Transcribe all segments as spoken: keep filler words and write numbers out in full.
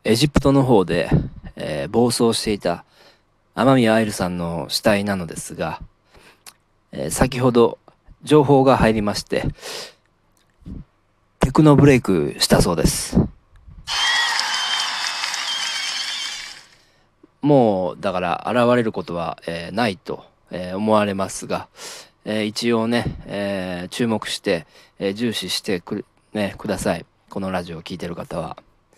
エジプトの方で、えー暴走していた雨宮愛瑠さんの死体なのですが、えー先ほど情報が入りまして、テクノブレイクしたそうです。もう、だから現れることは、えーないと、えー思われますが、えー一応ね、えー注目して、えー重視してくる、ね、ください。このラジオを聞いてる方は。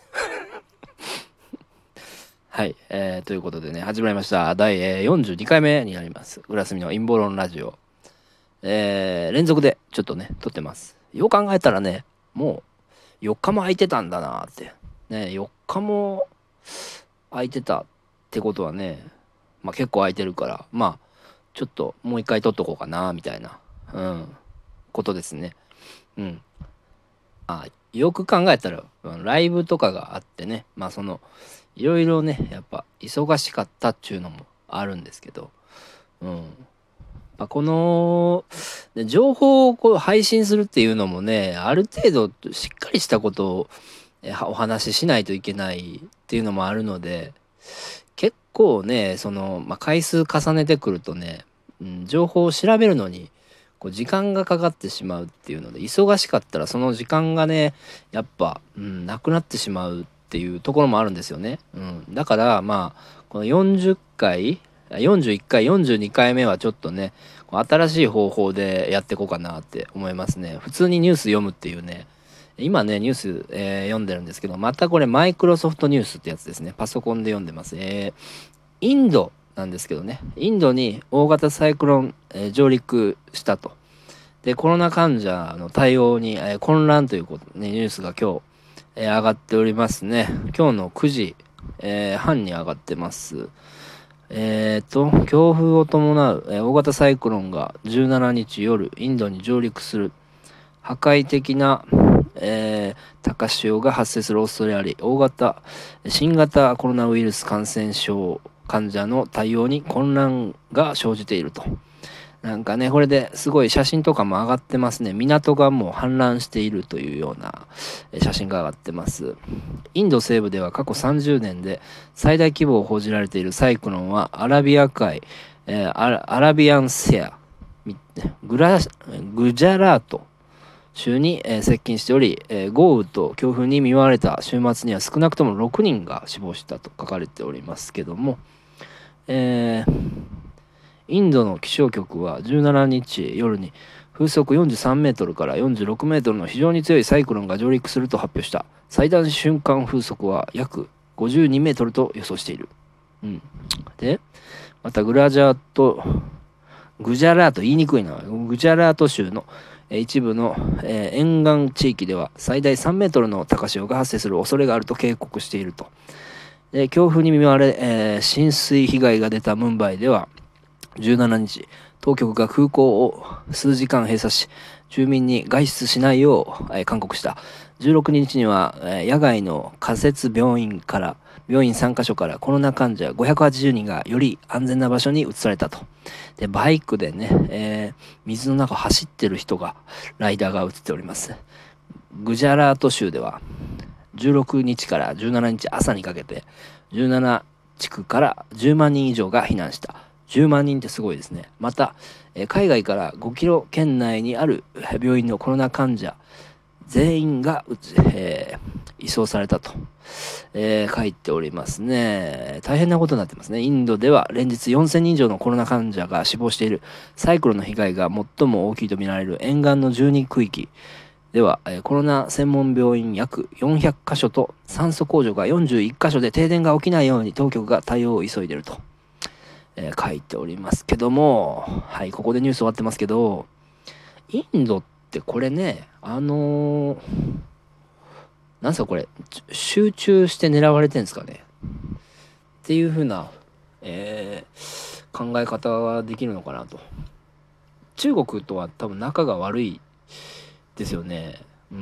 はい、えーということでね、始まりました。第えーよんじゅうにかいめになります。浦澄の陰謀論ラジオ。えー連続でちょっとね、撮ってます。よう考えたらね、もうよっかも空いてたんだなって。ね、よっかも空いてたってことはね、まあ結構空いてるから、まあ、ちょっともう一回撮っとこうかな、みたいな、うん、ことですね。うん。あ、よく考えたら、うんライブとかがあってね、まあその、いろいろね、やっぱ忙しかったっちゅうのもあるんですけど、うん。まあ、この、で情報をこう配信するっていうのもね、ある程度しっかりしたことをえはお話ししないといけないっていうのもあるので、結構ね、その、まあ、回数重ねてくるとね、うん、情報を調べるのに、こう時間がかかってしまうっていうので、忙しかったらその時間がね、やっぱ、うん、なくなってしまうっていうところもあるんですよね。うん、だから、まあ、このよんじゅっかい、よんじゅういっかい、よんじゅうにかいめはちょっとね、こう新しい方法でやっていこうかなって思いますね。普通にニュース読むっていうね、今ね、ニュース、えー読んでるんですけど、またこれマイクロソフトニュースってやつですね。パソコンで読んでます。えーインドなんですけどね、インドに大型サイクロン、えー上陸したと。で、コロナ患者の対応に、えー混乱ということ、ね、ニュースが今日、えー上がっておりますね。今日のくじ、えー半に上がってます。えーと、強風を伴う、えー大型サイクロンがじゅうしちにち夜、インドに上陸する。破壊的な、えー高潮が発生する恐れあり、大型、新型コロナウイルス感染症患者の対応に混乱が生じていると。なんかね、これですごい写真とかも上がってますね。港がもう氾濫しているというような写真が上がってます。インド西部では過去さんじゅうねんで最大規模を報じられているサイクロンはアラビア海、えーアラアラビアンセア、グラグジャラート州に、えー接近しており、えー豪雨と強風に見舞われた週末には少なくともろくにんが死亡したと書かれておりますけども、えーインドの気象局はじゅうしちにち夜に風速よんじゅうさんメートルからよんじゅうろくメートルの非常に強いサイクロンが上陸すると発表した。最大瞬間風速は約ごじゅうにメートルと予想している。うん。で、またグラジャート、グジャラート、言いにくいな。グジャラート州のえー一部の、えー沿岸地域では最大さんメートルの高潮が発生する恐れがあると警告していると。で強風に見舞われ、えー浸水被害が出たムンバイではじゅうしちにち、当局が空港を数時間閉鎖し、住民に外出しないよう、えー勧告した。じゅうろくにちには、えー野外の仮設病院から、病院さんカ所からコロナ患者ごひゃくはちじゅうにんがより安全な場所に移されたと。で、バイクでね、えー水の中を走ってる人が、ライダーが映っております。グジャラート州では、じゅうろくにちからじゅうしちにち朝にかけて、じゅうなな地区からじゅうまんにん以上が避難した。じゅうまんにんってすごいですね。また、えー海外からごキロ圏内にある病院のコロナ患者全員がうつ、えー移送されたと、えー書いておりますね。大変なことになってますね。インドでは連日よんせんにん以上のコロナ患者が死亡している。サイクロンの被害が最も大きいとみられる沿岸のじゅうに区域では、えーコロナ専門病院約よんひゃくカ所と酸素工場がよんじゅういっカ所で停電が起きないように当局が対応を急いでいると、えー書いておりますけども、はい、ここでニュース終わってますけど、インドってこれね、あのーなんすかこれ、集中して狙われてんですかねっていう風な、えー考え方ができるのかなと。中国とは多分仲が悪いですよね。うん。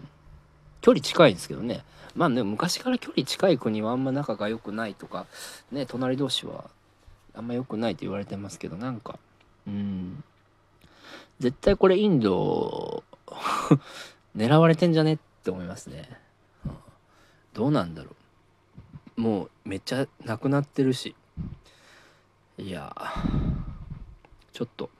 距離近いんですけどね。まあね、昔から距離近い国はあんま仲が良くないとか、ね、隣同士はあんま良くないと言われてますけど、なんか、うん。絶対これインド狙われてんじゃねって思いますね。どうなんだろう。 もうめっちゃなくなってるし、いやちょっと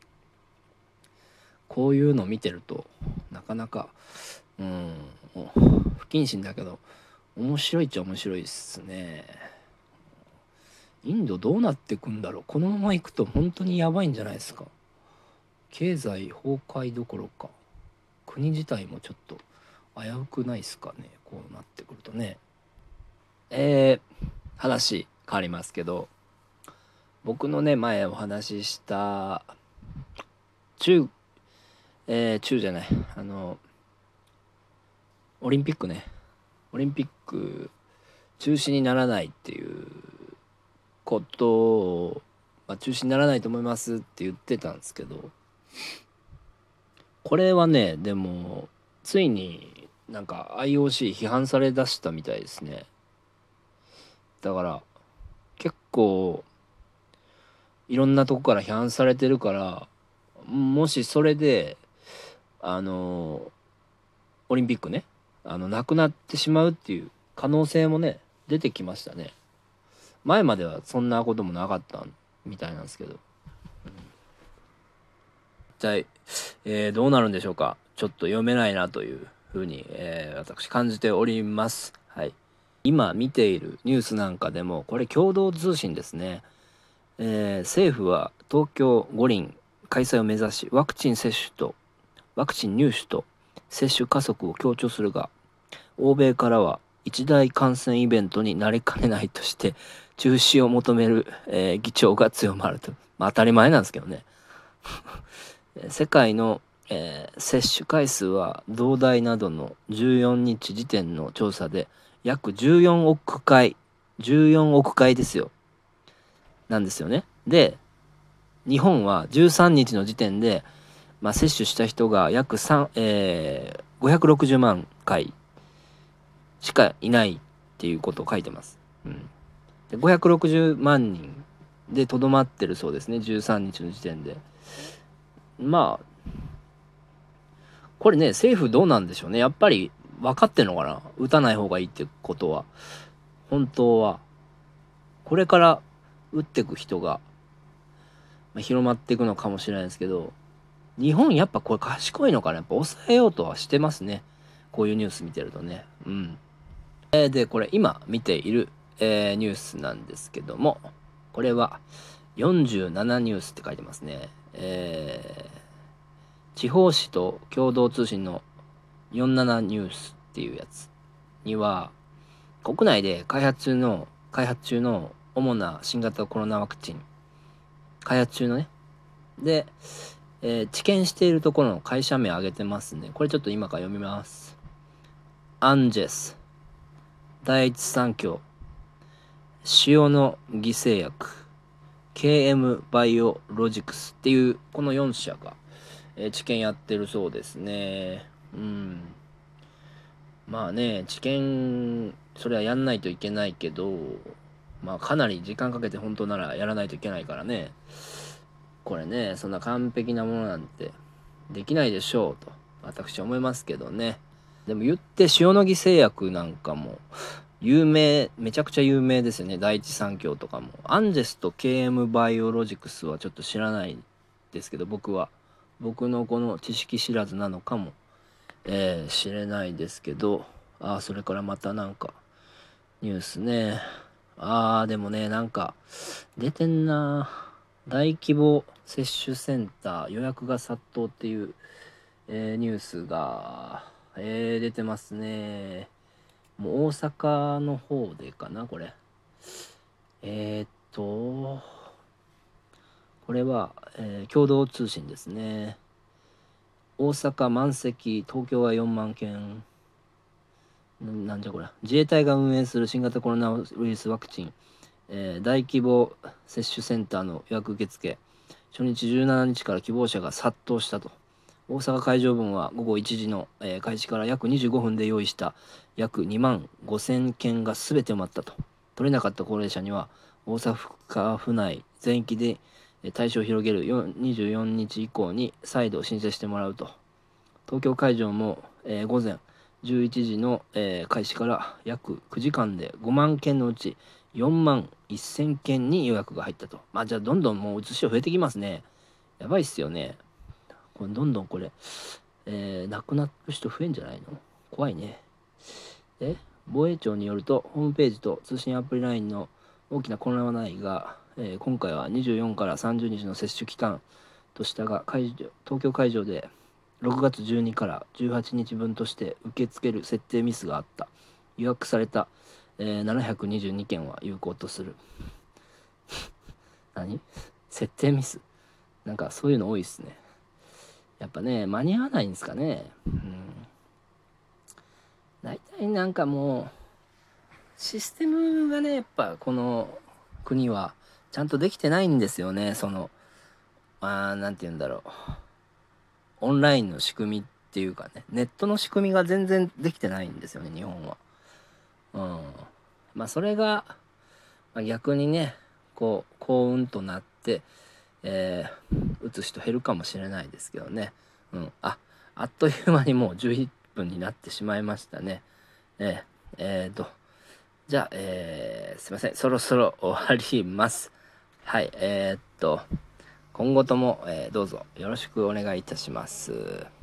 こういうの見てるとなかなかうん不謹慎だけど面白いっちゃ面白いっすね。インドどうなってくんだろう。このままいくと本当にやばいんじゃないですか。経済崩壊どころか国自体もちょっと危うくないですかね、こうなってくるとね。えー、話変わりますけど、僕のね前お話しした中えー、中じゃないあのオリンピックねオリンピック中止にならないっていうことを、まあ、中止にならないと思いますって言ってたんですけど、これはねでもついになんか アイオーシー 批判されだしたみたいですね。だから結構いろんなとこから批判されてるから、もしそれであのオリンピックねあのなくなってしまうっていう可能性もね出てきましたね。前まではそんなこともなかったみたいなんですけど、うん、一体、えー、どうなるんでしょうか。ちょっと読めないなというふうに、えー、私感じております。はい。今見ているニュースなんかでもこれ共同通信ですね。えー、政府は東京五輪開催を目指しワクチン接種とワクチン入手と接種加速を強調するが、欧米からは一大感染イベントになりかねないとして中止を求める、えー議長が強まると。まあ当たり前なんですけどね。世界の、えー接種回数は同大などのじゅうよっか時点の調査で約じゅうよんおくかいじゅうよんおくかいですよなんですよね。で日本はじゅうさんにちの時点で、まあ、接種した人が約3、えーごひゃくろくじゅうまんかいしかいないっていうことを書いてます。うん、でごひゃくろくじゅうまんにんでとどまってるそうですね、じゅうさんにちの時点で。まあこれね政府どうなんでしょうね。やっぱり分かってんのかな、打たない方がいいってことは。本当はこれから打ってく人が、まあ、広まっていくのかもしれないですけど、日本やっぱこれ賢いのかな、やっぱ抑えようとはしてますね、こういうニュース見てるとね。うん。えーでこれ今見ている、えーニュースなんですけども、これはよんじゅうななニュースって書いてますね。えー地方紙と共同通信のよんじゅうななニュースっていうやつには、国内で開発中の開発中の主な新型コロナワクチン開発中のねで、えー治験しているところの会社名を挙げてますね。これちょっと今から読みます。アンジェス、第一三共、塩野義製薬、ケーエム バイオロジクスっていうこのよん社が、えー治験やってるそうですね。うん。まあね、治験それはやんないといけないけど、まあかなり時間かけて本当ならやらないといけないからね。これね、そんな完璧なものなんてできないでしょうと私は思いますけどね。でも言って塩野義製薬なんかも有名、めちゃくちゃ有名ですよね。第一三共とかも。アンジェスと ケーエム バイオロジクスはちょっと知らないですけど、僕は。僕のこの知識知らずなのかも、えー、知れないですけど、ああ、それからまたなんか、ニュースね。ああ、でもね、なんか、出てんな。大規模接種センター予約が殺到っていう、えーニュースが、えー出てますね。もう大阪の方でかな、これ。えーっと、これは、えー共同通信ですね。大阪満席、東京はよんまんけん。んなんじゃこれ。自衛隊が運営する新型コロナウイルスワクチン、えー大規模接種センターの予約受付。初日じゅうしちにちから希望者が殺到したと。大阪会場分はごごいちじの、えー開始から約にじゅうごふんで用意した約にまんごせんけんが全て埋まったと。取れなかった高齢者には大阪府内全域でえー対象を広げるよにじゅうよっか以降に再度申請してもらうと。東京会場も、えー午前じゅういちじの、えー開始から約くじかんでごまんけんのうちよんまんせんけんに予約が入ったと。まあじゃあどんどんもう写し人増えてきますね。やばいっすよね。これどんどんこれ、えー亡くなる人増えんじゃないの？怖いね。で、防衛庁によると、ホームページと通信アプリラインの大きな混乱はないが、えー今回はにじゅうよっかからさんじゅうにちの接種期間としたが、会場東京会場でろくがつじゅうにからじゅうはちにちぶんとして受け付ける設定ミスがあった。予約された、えーななひゃくにじゅうにけんは有効とする。何？設定ミス？なんかそういうの多いっすね。やっぱね、間に合わないんですかね。うん。大体なんかもう、システムがね、やっぱこの国はちゃんとできてないんですよね。その、あー、なんて言うんだろう。オンラインの仕組みっていうかね、ネットの仕組みが全然できてないんですよね、日本は。うん。まあ、それが、まあ、逆にね、こう、幸運となって、えー、打つ人減るかもしれないですけどね。うん。あ、あっという間にもうじゅういっぷんになってしまいましたね。えー、えーと、じゃあ、えー、すいません。そろそろ終わります。はい。えーっと、今後とも、えーどうぞよろしくお願いいたします。